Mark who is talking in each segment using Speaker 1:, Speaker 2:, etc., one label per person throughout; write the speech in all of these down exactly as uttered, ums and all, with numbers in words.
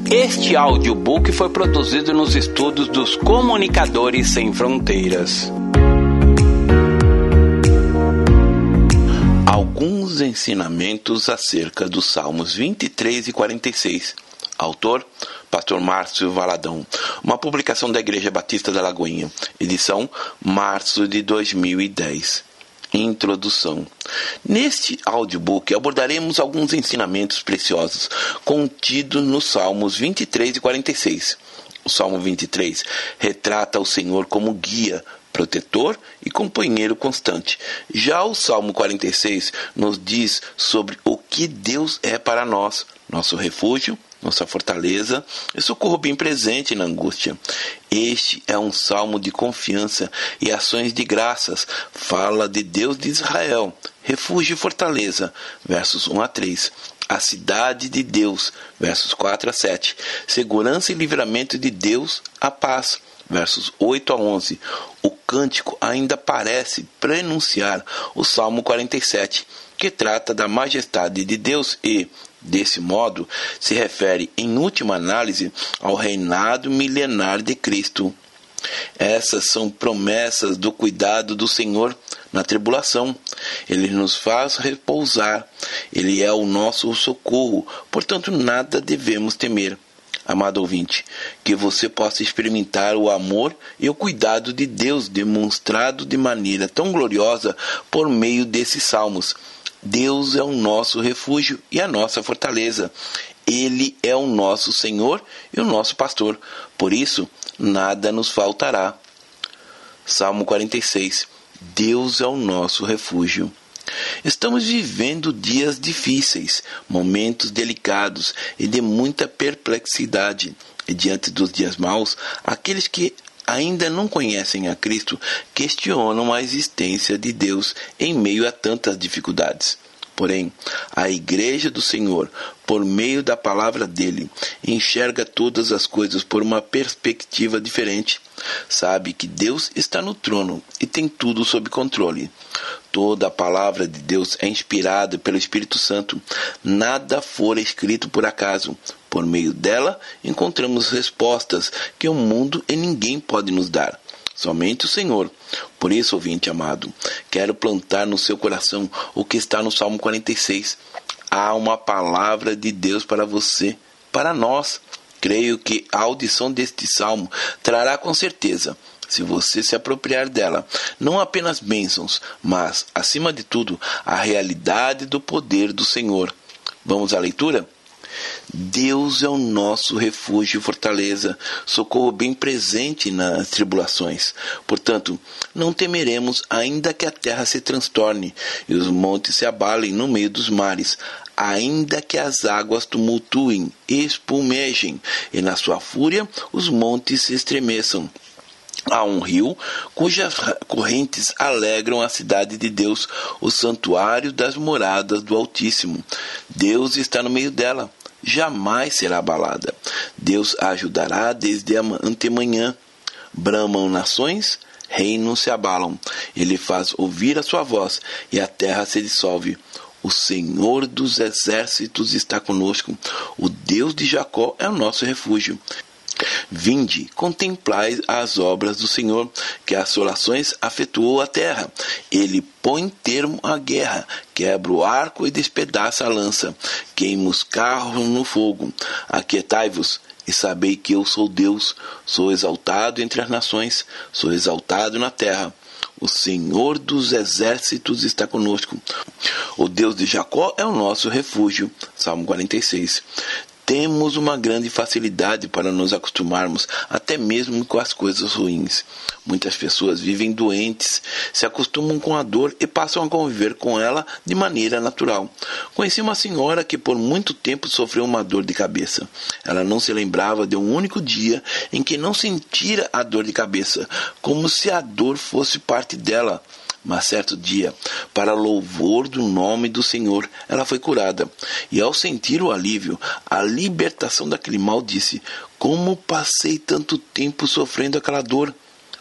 Speaker 1: Este audiobook foi produzido nos estúdios dos Comunicadores Sem Fronteiras. Alguns ensinamentos acerca dos Salmos vinte e três e quarenta e seis. Autor, Pastor Márcio Valadão. Uma publicação da Igreja Batista da Lagoinha. Edição, março de dois mil e dez. Introdução. Neste audiobook abordaremos alguns ensinamentos preciosos contidos nos Salmos vinte e três e quarenta e seis. O Salmo vinte e três retrata o Senhor como guia, protetor e companheiro constante. Já o Salmo quarenta e seis nos diz sobre o que Deus é para nós, nosso refúgio, nossa fortaleza e socorro bem presente na angústia. Este é um salmo de confiança e ações de graças. Fala de Deus de Israel, refúgio e fortaleza, versos um a três. A cidade de Deus, versos quatro a sete. Segurança e livramento de Deus, a paz, versos oito a onze. O cântico ainda parece prenunciar o Salmo quarenta e sete, que trata da majestade de Deus e, desse modo, se refere, em última análise, ao reinado milenar de Cristo. Essas são promessas do cuidado do Senhor na tribulação. Ele nos faz repousar. Ele é o nosso socorro, portanto nada devemos temer. Amado ouvinte, que você possa experimentar o amor e o cuidado de Deus demonstrado de maneira tão gloriosa por meio desses salmos. Deus é o nosso refúgio e a nossa fortaleza. Ele é o nosso Senhor e o nosso pastor. Por isso, nada nos faltará. Salmo quarenta e seis. Deus é o nosso refúgio. Estamos vivendo dias difíceis, momentos delicados e de muita perplexidade. E diante dos dias maus, aqueles que ainda não conhecem a Cristo questionam a existência de Deus em meio a tantas dificuldades. Porém, a Igreja do Senhor, por meio da palavra dele, enxerga todas as coisas por uma perspectiva diferente. Sabe que Deus está no trono e tem tudo sob controle. Toda a palavra de Deus é inspirada pelo Espírito Santo. Nada for escrito por acaso. Por meio dela, encontramos respostas que o mundo e ninguém pode nos dar. Somente o Senhor. Por isso, ouvinte amado, quero plantar no seu coração o que está no Salmo quarenta e seis. Há uma palavra de Deus para você, para nós. Creio que a audição deste salmo trará com certeza, se você se apropriar dela, não apenas bênçãos, mas, acima de tudo, a realidade do poder do Senhor. Vamos à leitura? Deus é o nosso refúgio e fortaleza, socorro bem presente nas tribulações. Portanto, não temeremos, ainda que a terra se transtorne e os montes se abalem no meio dos mares, ainda que as águas tumultuem e espumejem, e na sua fúria os montes se estremeçam. Há um rio cujas correntes alegram a cidade de Deus, o santuário das moradas do Altíssimo. Deus está no meio dela, jamais será abalada. Deus a ajudará desde a antemanhã. Bramam nações, reinos se abalam. Ele faz ouvir a sua voz e a terra se dissolve. O Senhor dos exércitos está conosco. O Deus de Jacó é o nosso refúgio. Vinde, contemplai as obras do Senhor, que assolações afetuou a terra. Ele põe termo à guerra, quebra o arco e despedaça a lança, queima os carros no fogo. Aquietai-vos e sabei que eu sou Deus, sou exaltado entre as nações, sou exaltado na terra. O Senhor dos exércitos está conosco. O Deus de Jacó é o nosso refúgio. Salmo quarenta e seis. Temos uma grande facilidade para nos acostumarmos até mesmo com as coisas ruins. Muitas pessoas vivem doentes, se acostumam com a dor e passam a conviver com ela de maneira natural. Conheci uma senhora que por muito tempo sofreu uma dor de cabeça. Ela não se lembrava de um único dia em que não sentira a dor de cabeça, como se a dor fosse parte dela. Mas certo dia, para louvor do nome do Senhor, ela foi curada. E ao sentir o alívio, a libertação daquele mal, disse: como passei tanto tempo sofrendo aquela dor?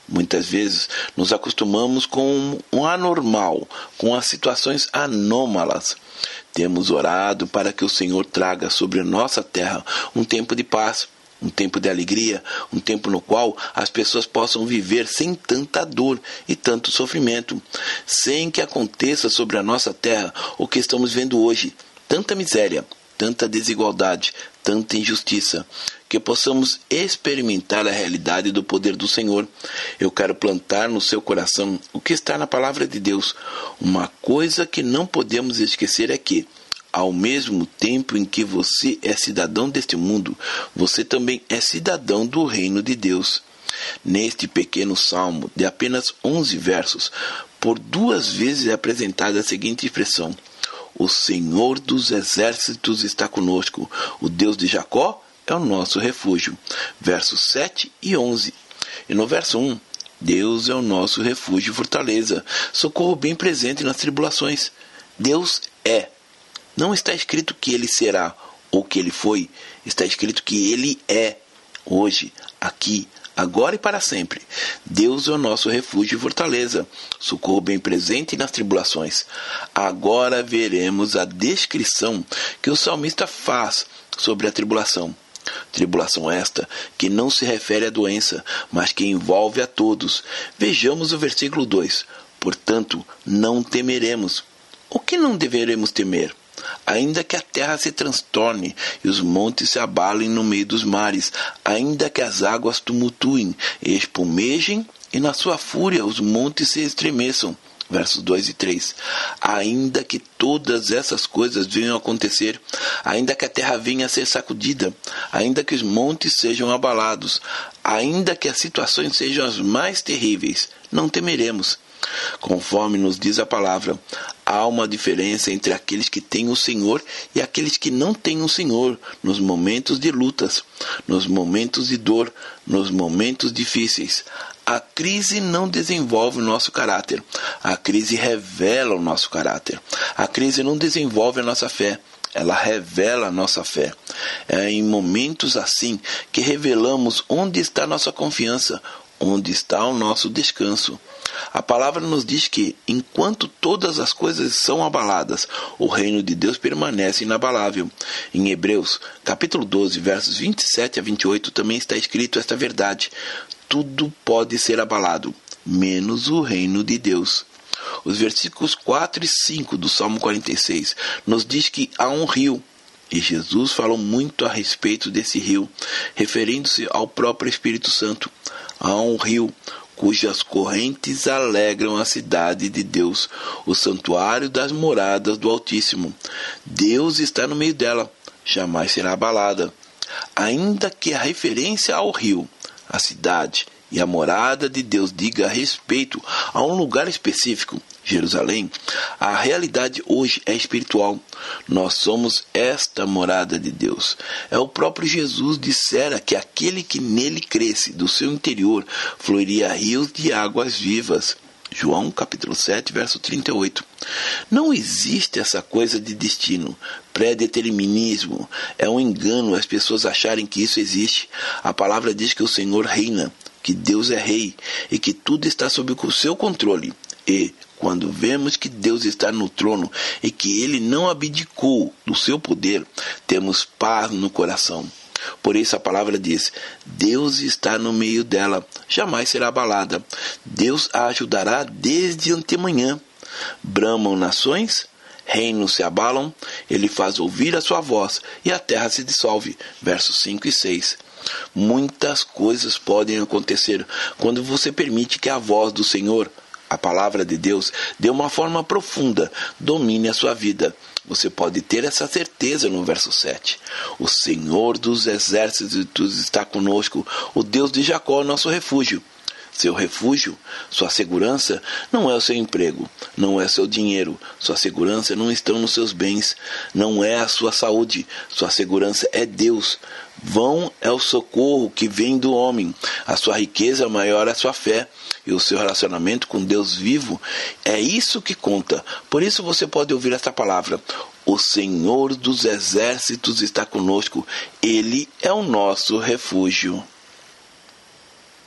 Speaker 1: Muitas vezes nos acostumamos com o anormal, com as situações anômalas. Temos orado para que o Senhor traga sobre a nossa terra um tempo de paz, um tempo de alegria, um tempo no qual as pessoas possam viver sem tanta dor e tanto sofrimento, sem que aconteça sobre a nossa terra o que estamos vendo hoje, tanta miséria, tanta desigualdade, tanta injustiça, que possamos experimentar a realidade do poder do Senhor. Eu quero plantar no seu coração o que está na palavra de Deus. Uma coisa que não podemos esquecer é que, ao mesmo tempo em que você é cidadão deste mundo, você também é cidadão do reino de Deus. Neste pequeno salmo, de apenas onze versos, por duas vezes é apresentada a seguinte expressão: o Senhor dos exércitos está conosco, o Deus de Jacó é o nosso refúgio. Versos sete e onze. E no verso um, Deus é o nosso refúgio e fortaleza, socorro bem presente nas tribulações. Deus é. Não está escrito que Ele será ou que Ele foi, está escrito que Ele é, hoje, aqui, agora e para sempre. Deus é o nosso refúgio e fortaleza, socorro bem presente nas tribulações. Agora veremos a descrição que o salmista faz sobre a tribulação. Tribulação esta que não se refere à doença, mas que envolve a todos. Vejamos o versículo dois. Portanto, não temeremos. O que não deveremos temer? Ainda que a terra se transtorne e os montes se abalem no meio dos mares, ainda que as águas tumultuem e espumejem e na sua fúria os montes se estremeçam. Versos dois e três. Ainda que todas essas coisas venham a acontecer, ainda que a terra venha a ser sacudida, ainda que os montes sejam abalados, ainda que as situações sejam as mais terríveis, não temeremos. Conforme nos diz a palavra, há uma diferença entre aqueles que têm o Senhor e aqueles que não têm o Senhor nos momentos de lutas, nos momentos de dor, nos momentos difíceis. A crise não desenvolve o nosso caráter. A crise revela o nosso caráter. A crise não desenvolve a nossa fé. Ela revela a nossa fé. É em momentos assim que revelamos onde está a nossa confiança, onde está o nosso descanso. A palavra nos diz que, enquanto todas as coisas são abaladas, o reino de Deus permanece inabalável. Em Hebreus, capítulo doze, versos vinte e sete a vinte e oito, também está escrito esta verdade: tudo pode ser abalado, menos o reino de Deus. Os versículos quatro e cinco do Salmo quarenta e seis nos diz que há um rio, e Jesus falou muito a respeito desse rio, referindo-se ao próprio Espírito Santo. Há um rio cujas correntes alegram a cidade de Deus, o santuário das moradas do Altíssimo. Deus está no meio dela, jamais será abalada. Ainda que a referência ao rio, a cidade e a morada de Deus diga a respeito a um lugar específico, Jerusalém, a realidade hoje é espiritual. Nós somos esta morada de Deus. É o próprio Jesus dissera que aquele que nele cresce, do seu interior, fluiria rios de águas vivas. João capítulo sete, verso trinta e oito. Não existe essa coisa de destino, pré-determinismo. É um engano as pessoas acharem que isso existe. A palavra diz que o Senhor reina, que Deus é rei e que tudo está sob o seu controle. E, quando vemos que Deus está no trono e que Ele não abdicou do seu poder, temos paz no coração. Por isso a palavra diz: Deus está no meio dela, jamais será abalada. Deus a ajudará desde antemanhã. Bramam nações, reinos se abalam, Ele faz ouvir a sua voz e a terra se dissolve. Versos cinco e seis. Muitas coisas podem acontecer quando você permite que a voz do Senhor, a palavra de Deus, de uma forma profunda, domine a sua vida. Você pode ter essa certeza no verso sete. O Senhor dos exércitos está conosco, o Deus de Jacó é nosso refúgio. Seu refúgio, sua segurança, não é o seu emprego, não é seu dinheiro, sua segurança não está nos seus bens, não é a sua saúde, sua segurança é Deus. Vão é o socorro que vem do homem, a sua riqueza maior é a sua fé, e o seu relacionamento com Deus vivo é isso que conta. Por isso você pode ouvir esta palavra: o Senhor dos exércitos está conosco, Ele é o nosso refúgio.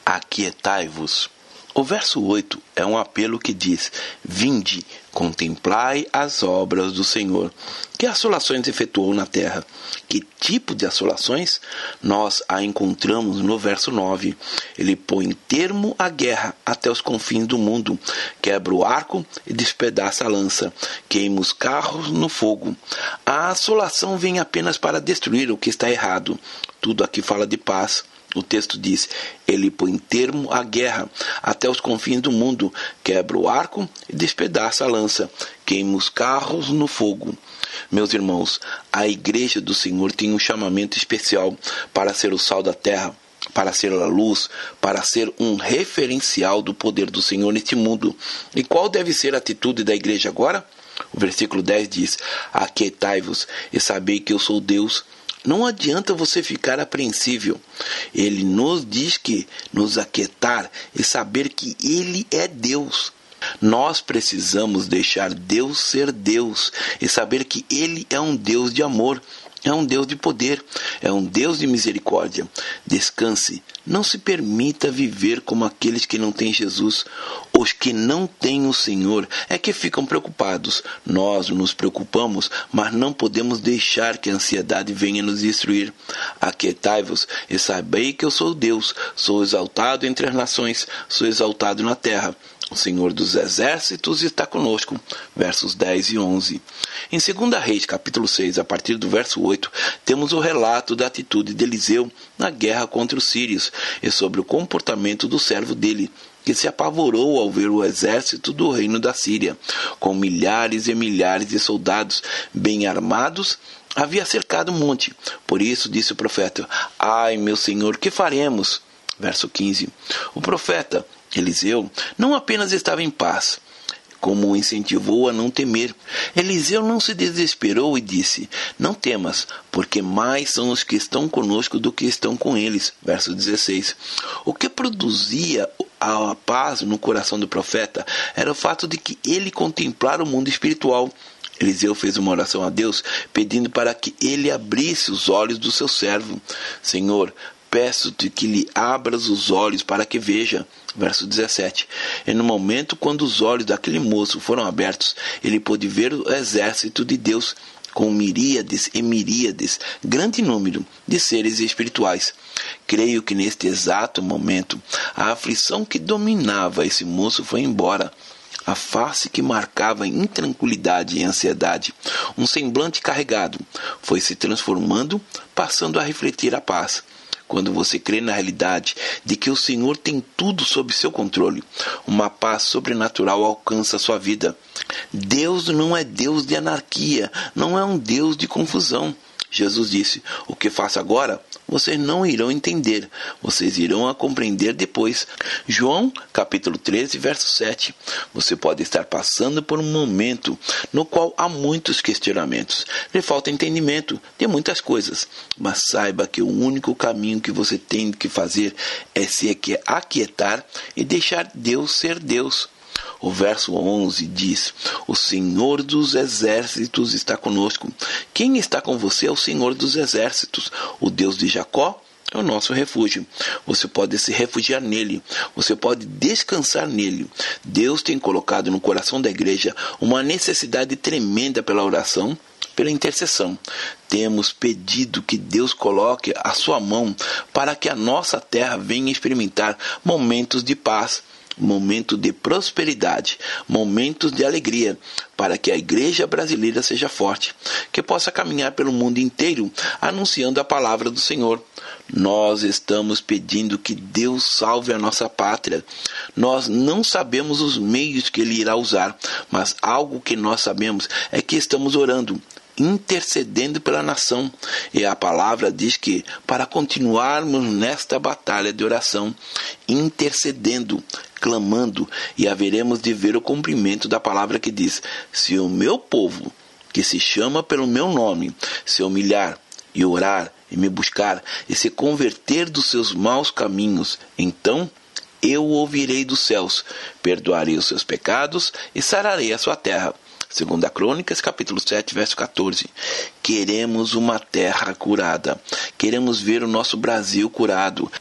Speaker 1: aquietai-vos. O verso oito é um apelo que diz: vinde, contemplai as obras do Senhor, que assolações efetuou na terra. Que tipo de assolações? Nós a encontramos no verso nove. Ele põe termo à guerra até os confins do mundo, quebra o arco e despedaça a lança, queima os carros no fogo. A assolação vem apenas para destruir o que está errado. Tudo aqui fala de paz. O texto diz: ele põe termo à guerra até os confins do mundo, quebra o arco e despedaça a lança, queima os carros no fogo. Meus irmãos, a igreja do Senhor tem um chamamento especial para ser o sal da terra, para ser a luz, para ser um referencial do poder do Senhor neste mundo. E qual deve ser a atitude da igreja agora? O versículo dez diz: aquietai-vos e sabei que eu sou Deus. Não adianta você ficar apreensível. Ele nos diz que nos aquietar e saber que Ele é Deus. Nós precisamos deixar Deus ser Deus e saber que Ele é um Deus de amor, é um Deus de poder, é um Deus de misericórdia. Descanse, não se permita viver como aqueles que não têm Jesus. Os que não têm o Senhor é que ficam preocupados. Nós nos preocupamos, mas não podemos deixar que a ansiedade venha nos destruir. Aquietai-vos e sabei que eu sou Deus, sou exaltado entre as nações, sou exaltado na terra. O Senhor dos Exércitos está conosco. Versos dez e onze. Em segunda Reis, capítulo seis, a partir do verso oito, temos o relato da atitude de Eliseu na guerra contra os sírios e sobre o comportamento do servo dele, que se apavorou ao ver o exército do reino da Síria, com milhares e milhares de soldados bem armados, havia cercado o monte. Por isso disse o profeta: ai, meu senhor, que faremos? Verso quinze. O profeta Eliseu não apenas estava em paz, como o incentivou a não temer. Eliseu não se desesperou e disse: não temas, porque mais são os que estão conosco do que estão com eles. Verso dezesseis. O que produzia a paz no coração do profeta era o fato de que ele contemplara o mundo espiritual. Eliseu fez uma oração a Deus, pedindo para que ele abrisse os olhos do seu servo. Senhor, peço-te que lhe abras os olhos para que veja. Verso dezessete. E no momento quando os olhos daquele moço foram abertos, ele pôde ver o exército de Deus, com miríades e miríades, grande número de seres espirituais. Creio que neste exato momento, a aflição que dominava esse moço foi embora. A face que marcava intranquilidade e ansiedade, um semblante carregado, foi se transformando, passando a refletir a paz. Quando você crê na realidade de que o Senhor tem tudo sob seu controle, uma paz sobrenatural alcança a sua vida. Deus não é Deus de anarquia, não é um Deus de confusão. Jesus disse: o que faço agora, vocês não irão entender, vocês irão a compreender depois. João, capítulo treze, verso sete. Você pode estar passando por um momento no qual há muitos questionamentos, lhe falta entendimento de muitas coisas, mas saiba que o único caminho que você tem que fazer é se aquietar e deixar Deus ser Deus. O verso onze diz: o Senhor dos Exércitos está conosco. Quem está com você é o Senhor dos Exércitos. O Deus de Jacó é o nosso refúgio. Você pode se refugiar nele. Você pode descansar nele. Deus tem colocado no coração da igreja uma necessidade tremenda pela oração, pela intercessão. Temos pedido que Deus coloque a sua mão para que a nossa terra venha experimentar momentos de paz, momento de prosperidade, momentos de alegria, para que a igreja brasileira seja forte, que possa caminhar pelo mundo inteiro anunciando a palavra do Senhor. Nós estamos pedindo que Deus salve a nossa pátria. Nós não sabemos os meios que Ele irá usar, mas algo que nós sabemos é que estamos orando, intercedendo pela nação. E a palavra diz que para continuarmos nesta batalha de oração, intercedendo, clamando, e haveremos de ver o cumprimento da palavra que diz: se o meu povo, que se chama pelo meu nome, se humilhar e orar e me buscar e se converter dos seus maus caminhos, então eu ouvirei dos céus, perdoarei os seus pecados e sararei a sua terra. Segunda Crônicas, capítulo sete, verso quatorze. Queremos uma terra curada. Queremos ver o nosso Brasil curado.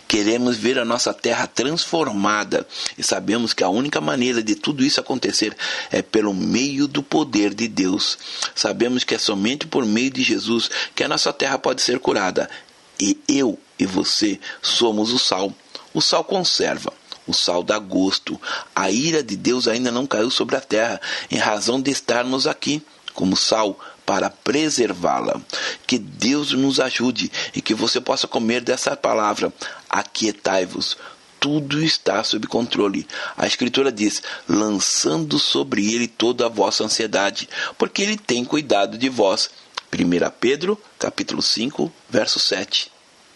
Speaker 1: Queremos ver a nossa terra transformada e sabemos que a única maneira de tudo isso acontecer é pelo meio do poder de Deus. Sabemos que é somente por meio de Jesus que a nossa terra pode ser curada. E eu e você somos o sal. O sal conserva. O sal dá gosto. A ira de Deus ainda não caiu sobre a terra, em razão de estarmos aqui, como sal, para preservá-la. Que Deus nos ajude e que você possa comer dessa palavra. Aquietai-vos. Tudo está sob controle. A Escritura diz, lançando sobre ele toda a vossa ansiedade, porque ele tem cuidado de vós. primeira Pedro, capítulo cinco, verso sete.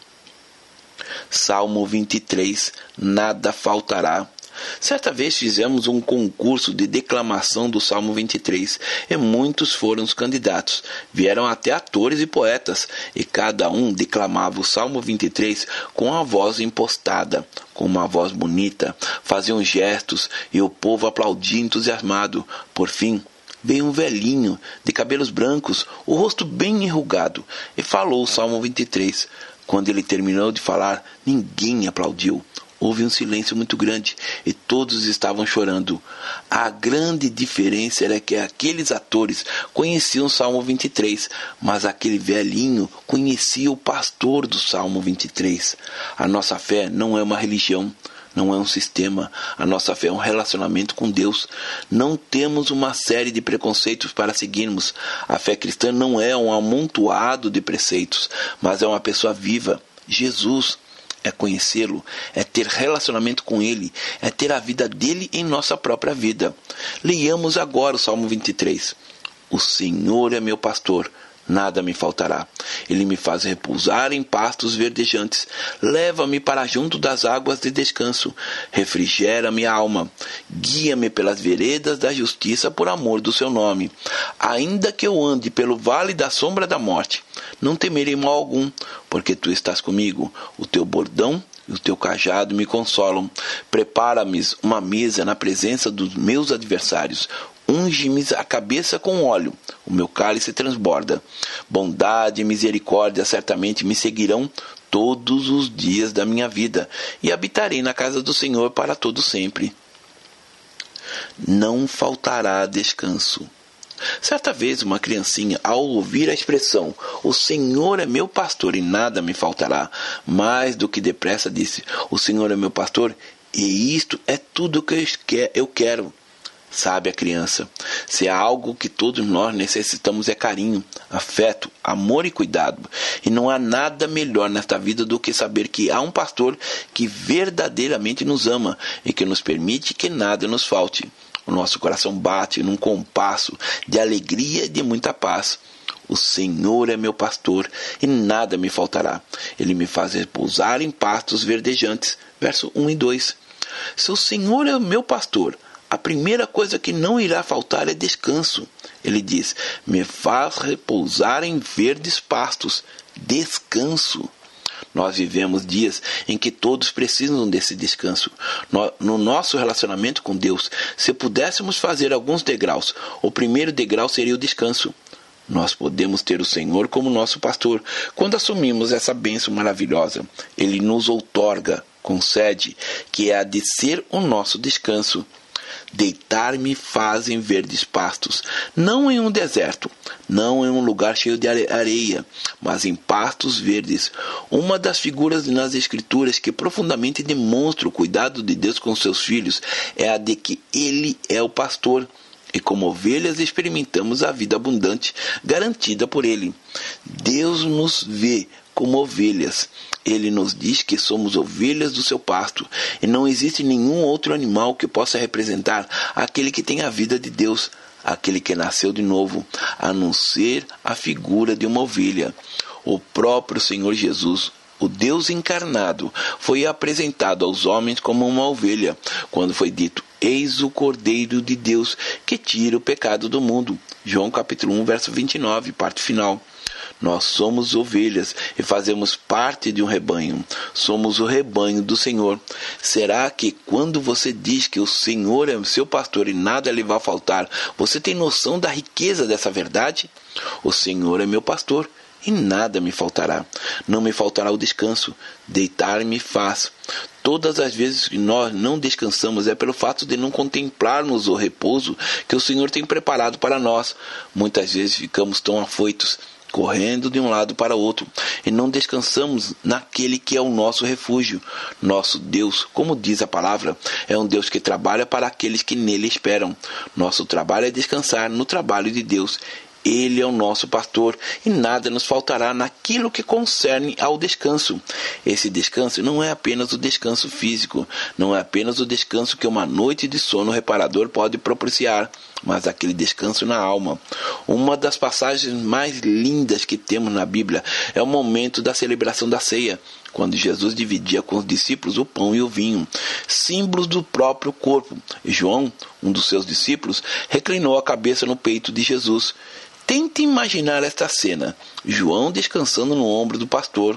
Speaker 1: Salmo vinte e três, nada faltará. Certa vez fizemos um concurso de declamação do Salmo vinte e três e muitos foram os candidatos. Vieram até atores e poetas e cada um declamava o Salmo vinte e três com a voz impostada, com uma voz bonita, faziam gestos e o povo aplaudia entusiasmado. Por fim, veio um velhinho de cabelos brancos, o rosto bem enrugado, e falou o Salmo vinte e três. Quando ele terminou de falar, ninguém aplaudiu. Houve um silêncio muito grande e todos estavam chorando. A grande diferença era que aqueles atores conheciam o Salmo vinte e três, mas aquele velhinho conhecia o pastor do Salmo vinte e três. A nossa fé não é uma religião, não é um sistema. A nossa fé é um relacionamento com Deus. Não temos uma série de preconceitos para seguirmos. A fé cristã não é um amontoado de preceitos, mas é uma pessoa viva, Jesus. É conhecê-lo, é ter relacionamento com Ele, é ter a vida dele em nossa própria vida. Leiamos agora o Salmo vinte e três. O Senhor é meu pastor, nada me faltará. Ele me faz repousar em pastos verdejantes, leva-me para junto das águas de descanso, refrigera minha alma, guia-me pelas veredas da justiça por amor do seu nome. Ainda que eu ande pelo vale da sombra da morte, não temerei mal algum, porque tu estás comigo. O teu bordão e o teu cajado me consolam. Prepara-me uma mesa na presença dos meus adversários. Unge-me a cabeça com óleo, o meu cálice transborda. Bondade e misericórdia certamente me seguirão todos os dias da minha vida, e habitarei na casa do Senhor para todo sempre. Não faltará descanso. Certa vez uma criancinha, ao ouvir a expressão, o Senhor é meu pastor e nada me faltará, mais do que depressa disse, o Senhor é meu pastor e isto é tudo que eu quero. Sabe a criança, se há algo que todos nós necessitamos é carinho, afeto, amor e cuidado. E não há nada melhor nesta vida do que saber que há um pastor que verdadeiramente nos ama e que nos permite que nada nos falte. O nosso coração bate num compasso de alegria e de muita paz. O Senhor é meu pastor e nada me faltará. Ele me faz repousar em pastos verdejantes. Verso um e dois. Se o Senhor é o meu pastor, a primeira coisa que não irá faltar é descanso. Ele diz, me faz repousar em verdes pastos. Descanso. Nós vivemos dias em que todos precisam desse descanso. No, no nosso relacionamento com Deus, se pudéssemos fazer alguns degraus, o primeiro degrau seria o descanso. Nós podemos ter o Senhor como nosso pastor. Quando assumimos essa bênção maravilhosa, Ele nos outorga, concede, que é a de ser o nosso descanso. Deitar-me faz em verdes pastos, não em um deserto, não em um lugar cheio de areia, mas em pastos verdes. Uma das figuras nas Escrituras que profundamente demonstra o cuidado de Deus com seus filhos é a de que Ele é o pastor. E como ovelhas experimentamos a vida abundante garantida por Ele. Deus nos vê como ovelhas. Ele nos diz que somos ovelhas do seu pasto, e não existe nenhum outro animal que possa representar aquele que tem a vida de Deus, aquele que nasceu de novo, a não ser a figura de uma ovelha. O próprio Senhor Jesus, o Deus encarnado, foi apresentado aos homens como uma ovelha, quando foi dito, eis o Cordeiro de Deus que tira o pecado do mundo. João capítulo um, verso vinte e nove, parte final. Nós somos ovelhas e fazemos parte de um rebanho. Somos o rebanho do Senhor. Será que quando você diz que o Senhor é o seu pastor e nada lhe vai faltar, você tem noção da riqueza dessa verdade? O Senhor é meu pastor e nada me faltará. Não me faltará o descanso, deitar-me faz. Todas as vezes que nós não descansamos é pelo fato de não contemplarmos o repouso que o Senhor tem preparado para nós. Muitas vezes ficamos tão afoitos, correndo de um lado para outro, e não descansamos naquele que é o nosso refúgio. Nosso Deus, como diz a palavra, é um Deus que trabalha para aqueles que nele esperam. Nosso trabalho é descansar no trabalho de Deus. Ele é o nosso pastor e nada nos faltará naquilo que concerne ao descanso. Esse descanso não é apenas o descanso físico, não é apenas o descanso que uma noite de sono reparador pode propiciar, mas aquele descanso na alma. Uma das passagens mais lindas que temos na Bíblia é o momento da celebração da ceia, quando Jesus dividia com os discípulos o pão e o vinho, símbolos do próprio corpo. João, um dos seus discípulos, reclinou a cabeça no peito de Jesus. Tente imaginar esta cena, João descansando no ombro do pastor.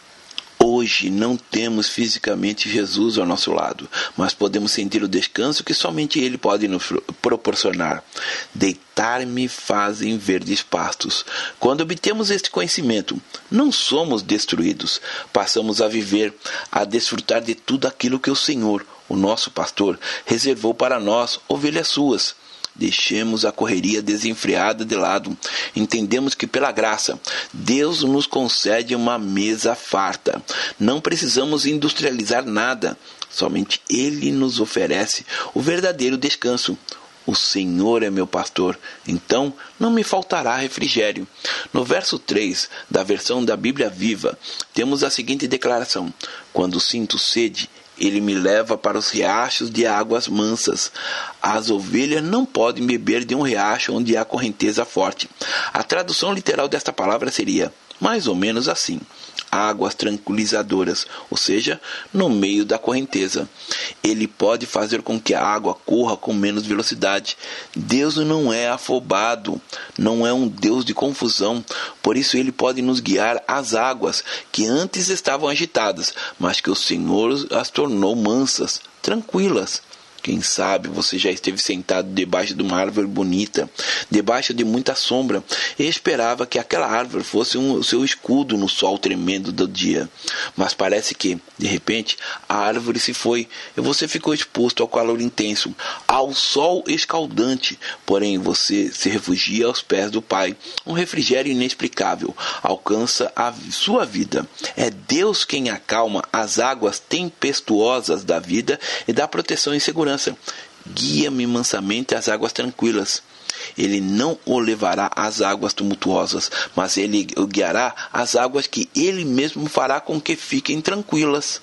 Speaker 1: Hoje não temos fisicamente Jesus ao nosso lado, mas podemos sentir o descanso que somente Ele pode nos proporcionar. Deitar-me fazem verdes pastos. Quando obtemos este conhecimento, não somos destruídos. Passamos a viver, a desfrutar de tudo aquilo que o Senhor, o nosso pastor, reservou para nós, ovelhas suas. Deixemos a correria desenfreada de lado. Entendemos que pela graça, Deus nos concede uma mesa farta. Não precisamos industrializar nada. Somente Ele nos oferece o verdadeiro descanso. O Senhor é meu pastor, então não me faltará refrigério. No verso três da versão da Bíblia Viva, temos a seguinte declaração: quando sinto sede, Ele me leva para os riachos de águas mansas. As ovelhas não podem beber de um riacho onde há correnteza forte. A tradução literal desta palavra seria mais ou menos assim: águas tranquilizadoras, ou seja, no meio da correnteza. Ele pode fazer com que a água corra com menos velocidade. Deus não é afobado, não é um Deus de confusão. Por isso Ele pode nos guiar às águas que antes estavam agitadas, mas que o Senhor as tornou mansas, tranquilas. Quem sabe você já esteve sentado debaixo de uma árvore bonita, debaixo de muita sombra, e esperava que aquela árvore fosse um, o seu escudo no sol tremendo do dia. Mas parece que, de repente, a árvore se foi e você ficou exposto ao calor intenso, ao sol escaldante. Porém, você se refugia aos pés do Pai. Um refrigério inexplicável alcança a sua vida. É Deus quem acalma as águas tempestuosas da vida e dá proteção e segurança. Guia-me mansamente às águas tranquilas. Ele não o levará às águas tumultuosas, mas ele o guiará às águas que ele mesmo fará com que fiquem tranquilas.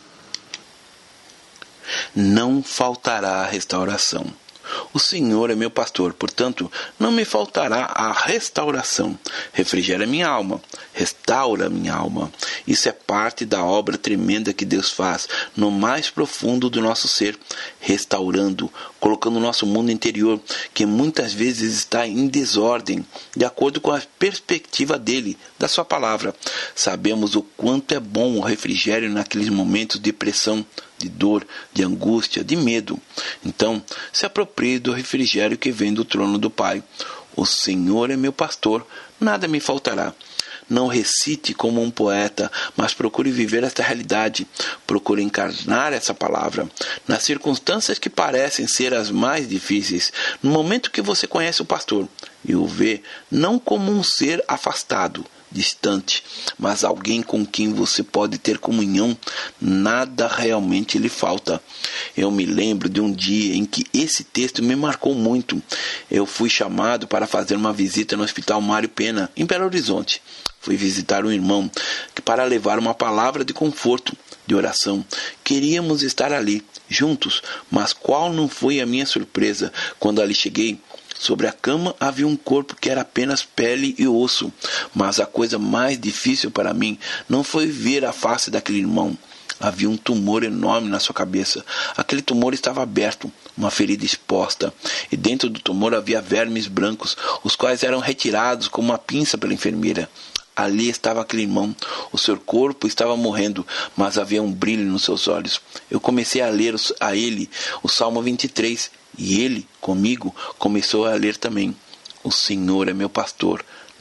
Speaker 1: Não faltará restauração. O Senhor é meu pastor, portanto, não me faltará a restauração. Refrigera minha alma, restaura minha alma. Isso é parte da obra tremenda que Deus faz no mais profundo do nosso ser, restaurando, colocando o nosso mundo interior, que muitas vezes está em desordem, de acordo com a perspectiva dele, da sua palavra. Sabemos o quanto é bom o refrigério naqueles momentos de pressão, de dor, de angústia, de medo. Então, se aproprie do refrigério que vem do trono do Pai. O Senhor é meu pastor, nada me faltará. Não recite como um poeta, mas procure viver esta realidade. Procure encarnar essa palavra nas circunstâncias que parecem ser as mais difíceis. No momento que você conhece o pastor e o vê não como um ser afastado, distante, mas alguém com quem você pode ter comunhão, nada realmente lhe falta. Eu me lembro de um dia em que esse texto me marcou muito. Eu fui chamado para fazer uma visita no Hospital Mário Pena, em Belo Horizonte. Fui visitar um irmão para levar uma palavra de conforto, de oração. Queríamos estar ali, juntos, mas qual não foi a minha surpresa quando ali cheguei? Sobre a cama havia um corpo que era apenas pele e osso, mas a coisa mais difícil para mim não foi ver a face daquele irmão. Havia um tumor enorme na sua cabeça. Aquele tumor estava aberto, uma ferida exposta, e dentro do tumor havia vermes brancos, os quais eram retirados com uma pinça pela enfermeira. Ali estava aquele irmão. O seu corpo estava morrendo, mas havia um brilho nos seus olhos. Eu comecei a ler a ele o Salmo vinte e três, e ele, comigo, começou a ler também. O Senhor é meu pastor,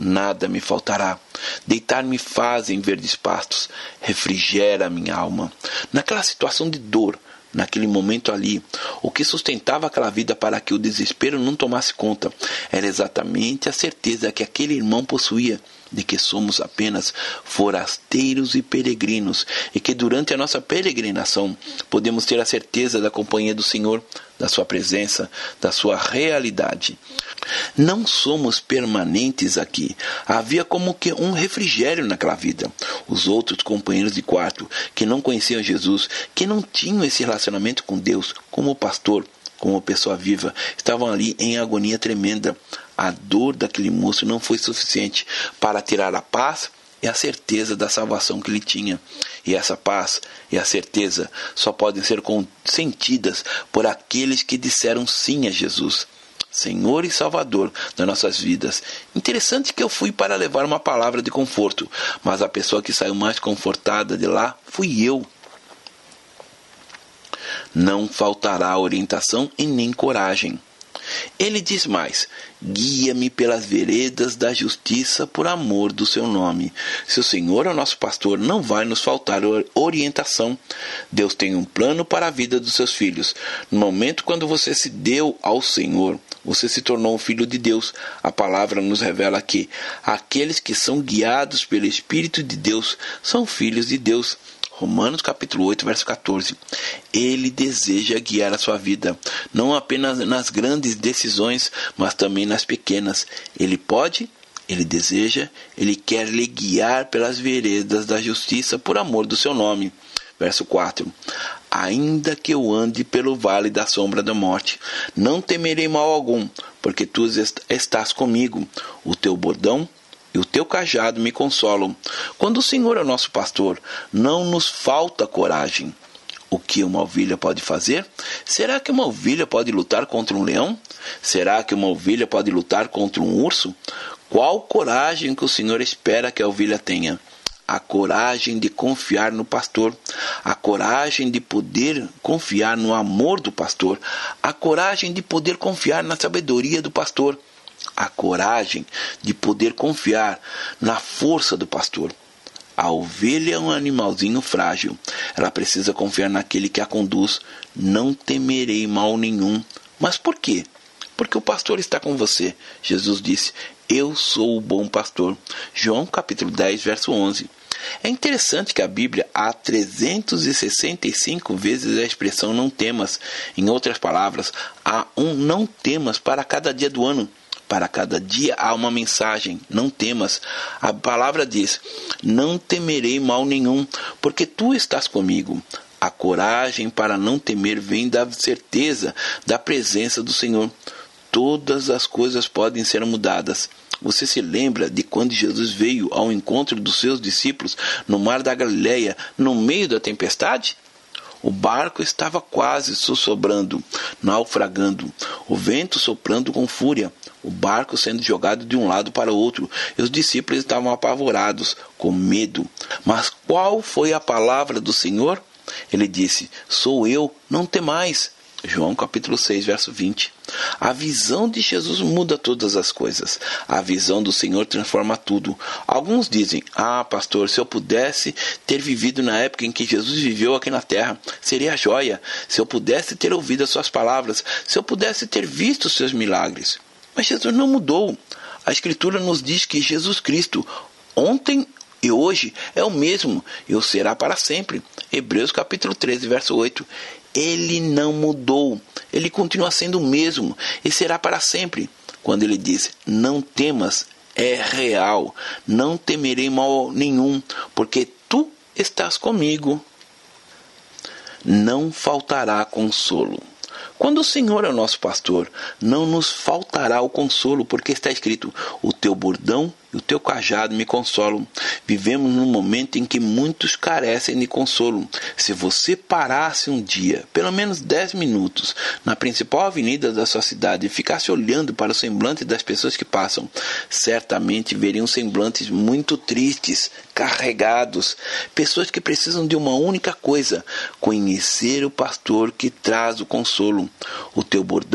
Speaker 1: nada me faltará. Deitar-me faz em verdes pastos, refrigera a minha alma. Naquela situação de dor, naquele momento ali, o que sustentava aquela vida para que o desespero não tomasse conta era exatamente a certeza que aquele irmão possuía de que somos apenas forasteiros e peregrinos e que durante a nossa peregrinação podemos ter a certeza da companhia do Senhor, da sua presença, da sua realidade. Não somos permanentes aqui. Havia como que um refrigério naquela vida. Os outros companheiros de quarto que não conheciam Jesus, que não tinham esse relacionamento com Deus, como pastor, como pessoa viva, estavam ali em agonia tremenda. A dor daquele moço não foi suficiente para tirar a paz e a certeza da salvação que ele tinha. E essa paz e a certeza só podem ser sentidas por aqueles que disseram sim a Jesus, Senhor e Salvador das nossas vidas. Interessante que eu fui para levar uma palavra de conforto, mas a pessoa que saiu mais confortada de lá fui eu. Não faltará orientação e nem coragem. Ele diz mais: guia-me pelas veredas da justiça por amor do seu nome. Se o Senhor é o nosso pastor, não vai nos faltar orientação. Deus tem um plano para a vida dos seus filhos. No momento quando você se deu ao Senhor, você se tornou um filho de Deus. A palavra nos revela que aqueles que são guiados pelo Espírito de Deus são filhos de Deus. Romanos capítulo oito, verso quatorze. Ele deseja guiar a sua vida, não apenas nas grandes decisões, mas também nas pequenas. Ele pode, ele deseja, ele quer lhe guiar pelas veredas da justiça por amor do seu nome. Verso quatro. Ainda que eu ande pelo vale da sombra da morte, não temerei mal algum, porque tu estás comigo. O teu bordão e o teu cajado me consolam. Quando o Senhor é o nosso pastor, não nos falta coragem. O que uma ovelha pode fazer? Será que uma ovelha pode lutar contra um leão? Será que uma ovelha pode lutar contra um urso? Qual coragem que o Senhor espera que a ovelha tenha? A coragem de confiar no pastor, a coragem de poder confiar no amor do pastor, a coragem de poder confiar na sabedoria do pastor, a coragem de poder confiar na força do pastor. A ovelha é um animalzinho frágil. Ela precisa confiar naquele que a conduz. Não temerei mal nenhum. Mas por quê? Porque o pastor está com você. Jesus disse: eu sou o bom pastor. João capítulo dez, verso onze. É interessante que a Bíblia há trezentas e sessenta e cinco vezes a expressão não temas. Em outras palavras, há um não temas para cada dia do ano. Para cada dia há uma mensagem, não temas. A palavra diz: não temerei mal nenhum, porque tu estás comigo. A coragem para não temer vem da certeza da presença do Senhor. Todas as coisas podem ser mudadas. Você se lembra de quando Jesus veio ao encontro dos seus discípulos no mar da Galileia, no meio da tempestade? O barco estava quase sussobrando, naufragando, o vento soprando com fúria, o barco sendo jogado de um lado para o outro, e os discípulos estavam apavorados, com medo. Mas qual foi a palavra do Senhor? Ele disse: sou eu, não temais. João capítulo seis, verso vinte. A visão de Jesus muda todas as coisas. A visão do Senhor transforma tudo. Alguns dizem: ah, pastor, se eu pudesse ter vivido na época em que Jesus viveu aqui na terra, seria joia. Se eu pudesse ter ouvido as suas palavras, se eu pudesse ter visto os seus milagres. Mas Jesus não mudou. A Escritura nos diz que Jesus Cristo, ontem e hoje, é o mesmo e o será para sempre. Hebreus capítulo treze, verso oito. Ele não mudou, ele continua sendo o mesmo e será para sempre. Quando ele diz: não temas, é real. Não temerei mal nenhum, porque tu estás comigo. Não faltará consolo. Quando o Senhor é o nosso pastor, não nos faltará o consolo, porque está escrito: o teu bordão e o teu cajado me consolam. Vivemos num momento em que muitos carecem de consolo. Se você parasse um dia, pelo menos dez minutos, na principal avenida da sua cidade e ficasse olhando para o semblante das pessoas que passam, certamente veriam semblantes muito tristes, carregados. Pessoas que precisam de uma única coisa: conhecer o pastor que traz o consolo. O teu bordão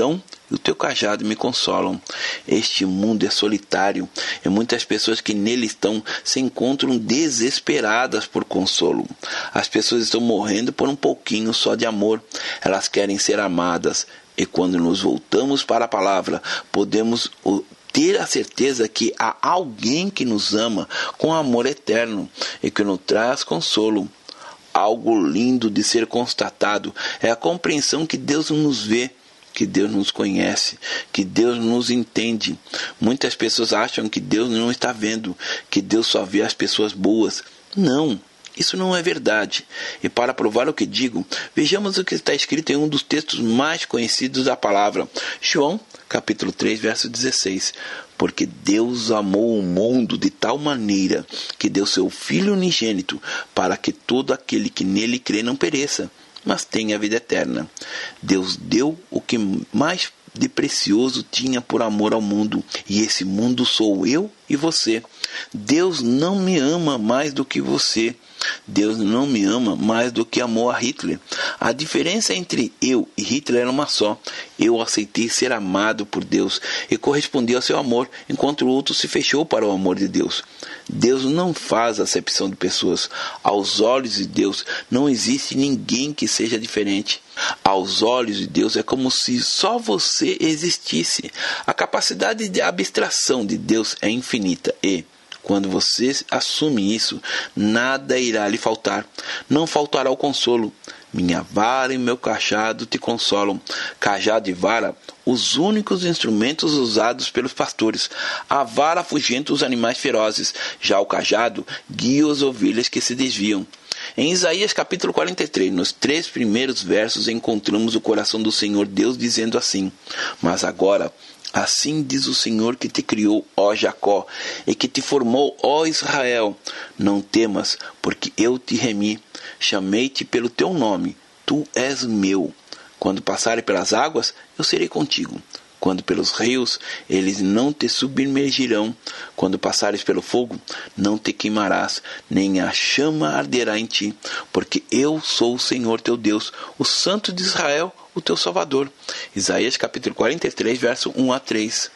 Speaker 1: e o teu cajado me consolam. Este mundo é solitário e muitas pessoas que nele estão se encontram desesperadas por consolo. As pessoas estão morrendo por um pouquinho só de amor. Elas querem ser amadas. E quando nos voltamos para a palavra, podemos ter a certeza que há alguém que nos ama com amor eterno e que nos traz consolo. Algo lindo de ser constatado é a compreensão que Deus nos vê, que Deus nos conhece, que Deus nos entende. Muitas pessoas acham que Deus não está vendo, que Deus só vê as pessoas boas. Não, isso não é verdade. E para provar o que digo, vejamos o que está escrito em um dos textos mais conhecidos da palavra. João, capítulo três, verso dezesseis. Porque Deus amou o mundo de tal maneira que deu seu Filho unigênito para que todo aquele que nele crê não pereça, mas tenha a vida eterna. Deus deu o que mais de precioso tinha por amor ao mundo, e esse mundo sou eu e você. Deus não me ama mais do que você. Deus não me ama mais do que amou a Hitler. A diferença entre eu e Hitler era uma só. Eu aceitei ser amado por Deus e correspondi ao seu amor, enquanto o outro se fechou para o amor de Deus. Deus não faz acepção de pessoas. Aos olhos de Deus não existe ninguém que seja diferente. Aos olhos de Deus é como se só você existisse. A capacidade de abstração de Deus é infinita e, quando você assume isso, nada irá lhe faltar. Não faltará o consolo. Minha vara e meu cajado te consolam. Cajado e vara, os únicos instrumentos usados pelos pastores. A vara afugenta os animais ferozes. Já o cajado guia as ovelhas que se desviam. Em Isaías capítulo quarenta e três, nos três primeiros versos, encontramos o coração do Senhor Deus dizendo assim: Mas agora, assim diz o Senhor que te criou, ó Jacó, e que te formou, ó Israel. Não temas, porque eu te remi. Chamei-te pelo teu nome, tu és meu. Quando passarem pelas águas, eu serei contigo. Quando pelos rios, eles não te submergirão. Quando passares pelo fogo, não te queimarás, nem a chama arderá em ti. Porque eu sou o Senhor teu Deus, o Santo de Israel, o teu Salvador. Isaías capítulo quarenta e três, verso um a três.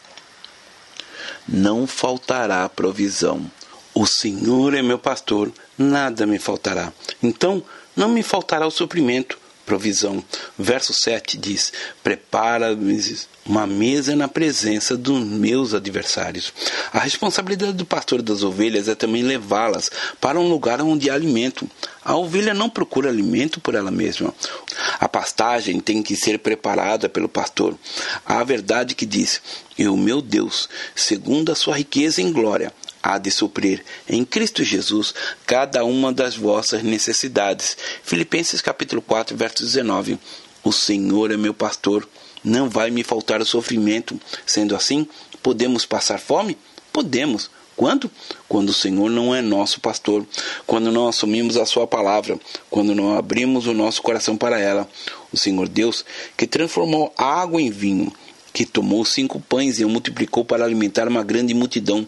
Speaker 1: Não faltará provisão. O Senhor é meu pastor, nada me faltará. Então, não me faltará o suprimento, provisão. Verso sete diz: Prepara-me uma mesa na presença dos meus adversários. A responsabilidade do pastor das ovelhas é também levá-las para um lugar onde há alimento. A ovelha não procura alimento por ela mesma. A pastagem tem que ser preparada pelo pastor. Há a verdade que diz: E o meu Deus, segundo a sua riqueza em glória, há de suprir em Cristo Jesus cada uma das vossas necessidades. Filipenses capítulo quatro, verso dezenove. O Senhor é meu pastor, não vai me faltar o sofrimento. Sendo assim, podemos passar fome? Podemos. Quando? Quando o Senhor não é nosso pastor, quando não assumimos a sua palavra, quando não abrimos o nosso coração para ela. O Senhor Deus, que transformou a água em vinho, que tomou cinco pães e o multiplicou para alimentar uma grande multidão,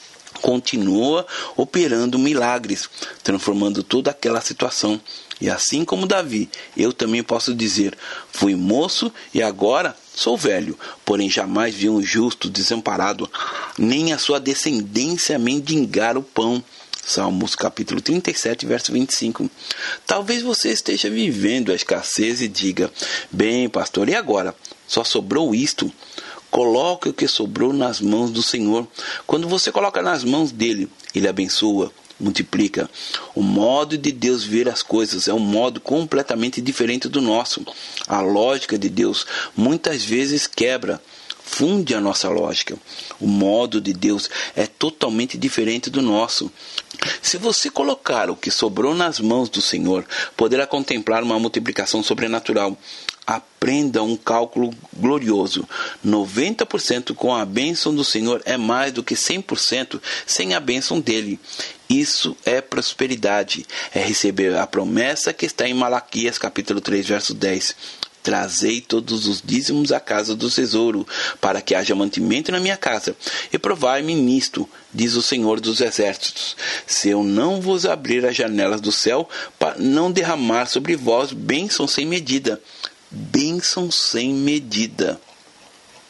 Speaker 1: continua operando milagres, transformando toda aquela situação. E assim como Davi, eu também posso dizer: fui moço e agora sou velho, porém jamais vi um justo desamparado, nem a sua descendência mendigar o pão. Salmos capítulo trinta e sete, verso vinte e cinco. Talvez você esteja vivendo a escassez e diga: bem, pastor, e agora? Só sobrou isto? Coloque o que sobrou nas mãos do Senhor. Quando você coloca nas mãos dele, ele abençoa, multiplica. O modo de Deus ver as coisas é um modo completamente diferente do nosso. A lógica de Deus muitas vezes quebra, funde a nossa lógica. O modo de Deus é totalmente diferente do nosso. Se você colocar o que sobrou nas mãos do Senhor, poderá contemplar uma multiplicação sobrenatural. Aprenda um cálculo glorioso. noventa por cento com a bênção do Senhor é mais do que cem por cento sem a bênção dele. Isso é prosperidade. É receber a promessa que está em Malaquias capítulo três, verso dez. Trazei todos os dízimos à casa do tesouro, para que haja mantimento na minha casa, e provai-me nisto, diz o Senhor dos Exércitos, se eu não vos abrir as janelas do céu, para não derramar sobre vós bênção sem medida. Bênção sem medida.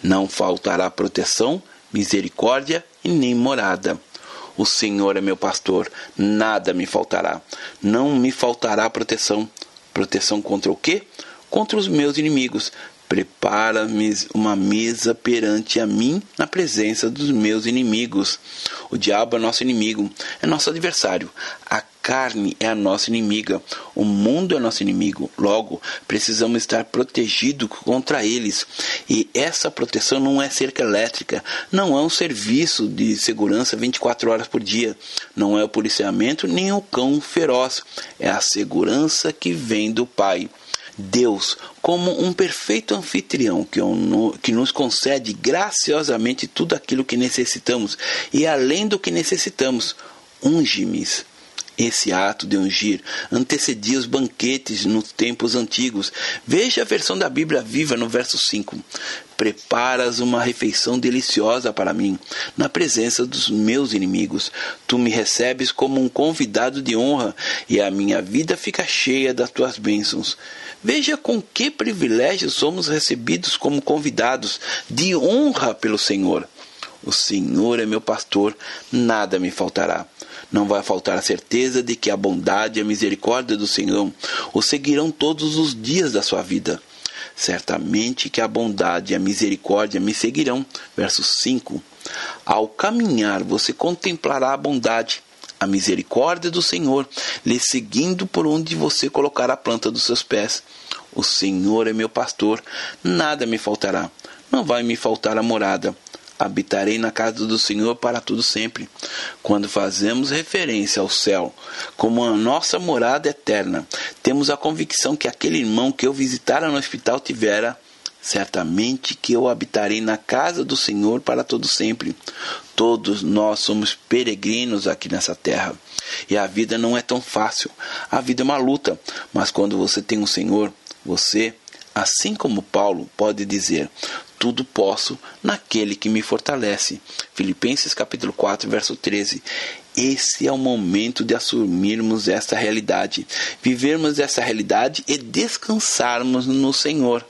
Speaker 1: Não faltará proteção, misericórdia e nem morada. O Senhor é meu pastor, nada me faltará. Não me faltará proteção. Proteção contra o quê? Contra os meus inimigos. Prepara-me uma mesa perante a mim na presença dos meus inimigos. O diabo é nosso inimigo, é nosso adversário. A carne é a nossa inimiga. O mundo é nosso inimigo. Logo, precisamos estar protegidos contra eles. E essa proteção não é cerca elétrica, não é um serviço de segurança vinte e quatro horas por dia. Não é o policiamento nem o cão feroz. É a segurança que vem do Pai. Deus, como um perfeito anfitrião que, que nos concede graciosamente tudo aquilo que necessitamos e além do que necessitamos, unge-me. Esse ato de ungir antecedia os banquetes nos tempos antigos. Veja a versão da Bíblia Viva no verso cinco. Preparas uma refeição deliciosa para mim, na presença dos meus inimigos. Tu me recebes como um convidado de honra, e a minha vida fica cheia das tuas bênçãos. Veja com que privilégio somos recebidos como convidados de honra pelo Senhor. O Senhor é meu pastor, nada me faltará. Não vai faltar a certeza de que a bondade e a misericórdia do Senhor o seguirão todos os dias da sua vida. Certamente que a bondade e a misericórdia me seguirão. Verso cinco. Ao caminhar você contemplará a bondade, a misericórdia do Senhor, lhe seguindo por onde você colocar a planta dos seus pés. O Senhor é meu pastor, nada me faltará. Não vai me faltar a morada. Habitarei na casa do Senhor para tudo sempre. Quando fazemos referência ao céu como a nossa morada eterna, temos a convicção que aquele irmão que eu visitara no hospital tivera, certamente que eu habitarei na casa do Senhor para todo sempre. Todos nós somos peregrinos aqui nessa terra. E a vida não é tão fácil. A vida é uma luta. Mas quando você tem o Senhor, você, assim como Paulo, pode dizer: tudo posso naquele que me fortalece. Filipenses capítulo quatro, verso treze. Esse é o momento de assumirmos essa realidade, vivermos essa realidade e descansarmos no Senhor.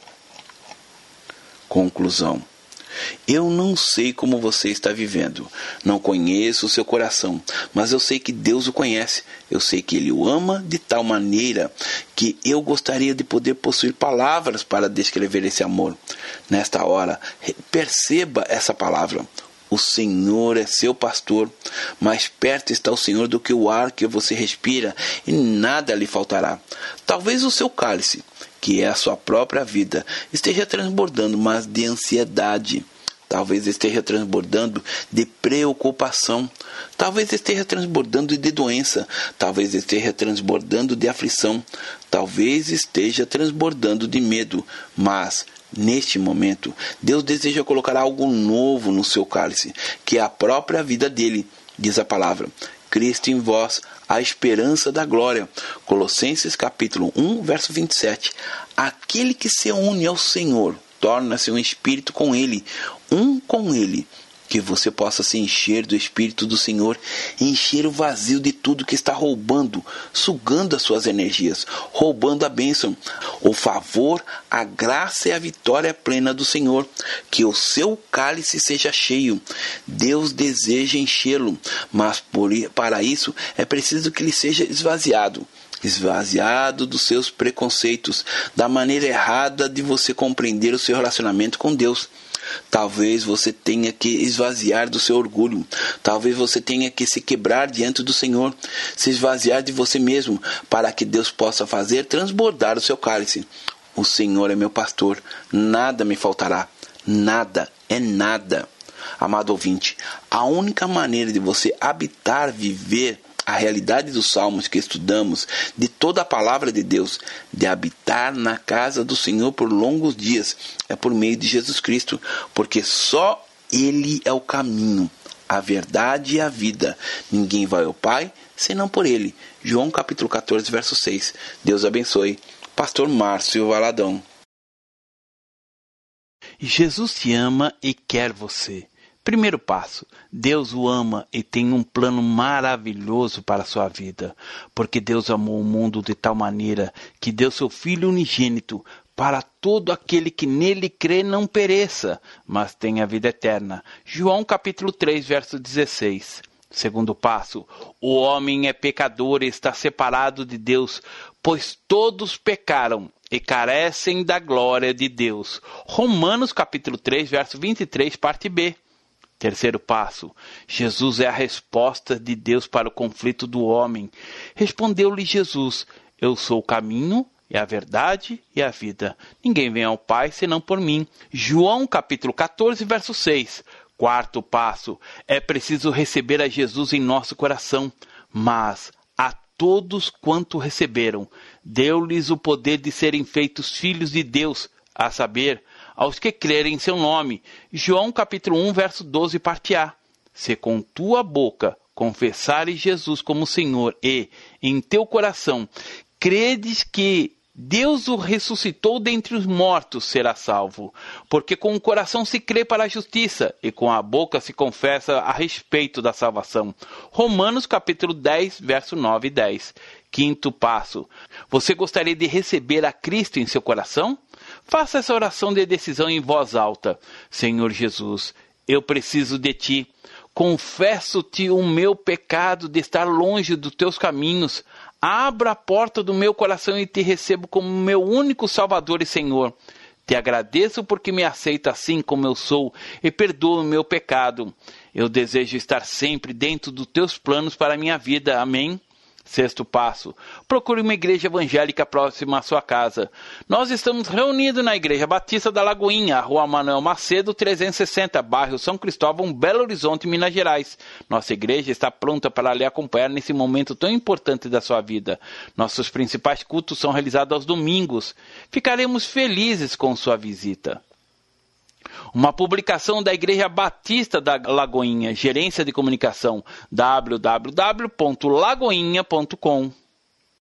Speaker 1: Conclusão. Eu não sei como você está vivendo, não conheço o seu coração, mas eu sei que Deus o conhece. Eu sei que Ele o ama de tal maneira que eu gostaria de poder possuir palavras para descrever esse amor. Nesta hora, perceba essa palavra. O Senhor é seu pastor, mais perto está o Senhor do que o ar que você respira, e nada lhe faltará. Talvez o seu cálice, que é a sua própria vida, esteja transbordando, mas de ansiedade. Talvez esteja transbordando de preocupação. Talvez esteja transbordando de doença. Talvez esteja transbordando de aflição. Talvez esteja transbordando de medo. Mas, neste momento, Deus deseja colocar algo novo no seu cálice, que é a própria vida dele, diz a palavra. Cristo em vós, a esperança da glória. Colossenses capítulo um, verso vinte e sete. Aquele que se une ao Senhor, torna-se um espírito com Ele, um com Ele. Que você possa se encher do Espírito do Senhor, encher o vazio de tudo que está roubando, sugando as suas energias, roubando a bênção, o favor, a graça e a vitória plena do Senhor. Que o seu cálice seja cheio. Deus deseja enchê-lo, mas por, para isso é preciso que ele seja esvaziado. Esvaziado dos seus preconceitos, da maneira errada de você compreender o seu relacionamento com Deus. Talvez você tenha que esvaziar do seu orgulho. Talvez você tenha que se quebrar diante do Senhor, se esvaziar de você mesmo, para que Deus possa fazer transbordar o seu cálice. O Senhor é meu pastor, nada me faltará. Nada é nada. Amado ouvinte, a única maneira de você habitar, viver a realidade dos salmos que estudamos, de toda a palavra de Deus, de habitar na casa do Senhor por longos dias, é por meio de Jesus Cristo, porque só Ele é o caminho, a verdade e a vida. Ninguém vai ao Pai senão por Ele. João capítulo catorze, verso seis. Deus abençoe. Pastor Márcio Valadão.
Speaker 2: Jesus te ama e quer você. Primeiro passo, Deus o ama e tem um plano maravilhoso para a sua vida, porque Deus amou o mundo de tal maneira que deu seu Filho unigênito para todo aquele que nele crê não pereça, mas tenha vida eterna. João capítulo três, verso dezesseis. Segundo passo, o homem é pecador e está separado de Deus, pois todos pecaram e carecem da glória de Deus. Romanos capítulo três, verso vinte e três, parte B. Terceiro passo, Jesus é a resposta de Deus para o conflito do homem. Respondeu-lhe Jesus, eu sou o caminho, e a verdade e a vida. Ninguém vem ao Pai senão por mim. João capítulo quatorze, verso seis. Quarto passo, é preciso receber a Jesus em nosso coração, mas a todos quanto receberam, deu-lhes o poder de serem feitos filhos de Deus, a saber, aos que crerem em seu nome. João capítulo um, verso doze, parte A. Se com tua boca confessares Jesus como Senhor e, em teu coração, credes que Deus o ressuscitou dentre os mortos, será salvo. Porque com o coração se crê para a justiça, e com a boca se confessa a respeito da salvação. Romanos capítulo dez, verso nove e dez. Quinto passo. Você gostaria de receber a Cristo em seu coração? Faça essa oração de decisão em voz alta. Senhor Jesus, eu preciso de Ti. Confesso-te o meu pecado de estar longe dos Teus caminhos. Abra a porta do meu coração e te recebo como meu único Salvador e Senhor. Te agradeço porque me aceita assim como eu sou e perdoa o meu pecado. Eu desejo estar sempre dentro dos teus planos para a minha vida. Amém? Sexto passo. Procure uma igreja evangélica próxima à sua casa. Nós estamos reunidos na Igreja Batista da Lagoinha, Rua Manuel Macedo, trezentos e sessenta, bairro São Cristóvão, Belo Horizonte, Minas Gerais. Nossa igreja está pronta para lhe acompanhar nesse momento tão importante da sua vida. Nossos principais cultos são realizados aos domingos. Ficaremos felizes com sua visita. Uma publicação da Igreja Batista da Lagoinha, Gerência de Comunicação, w w w ponto lagoinha ponto com.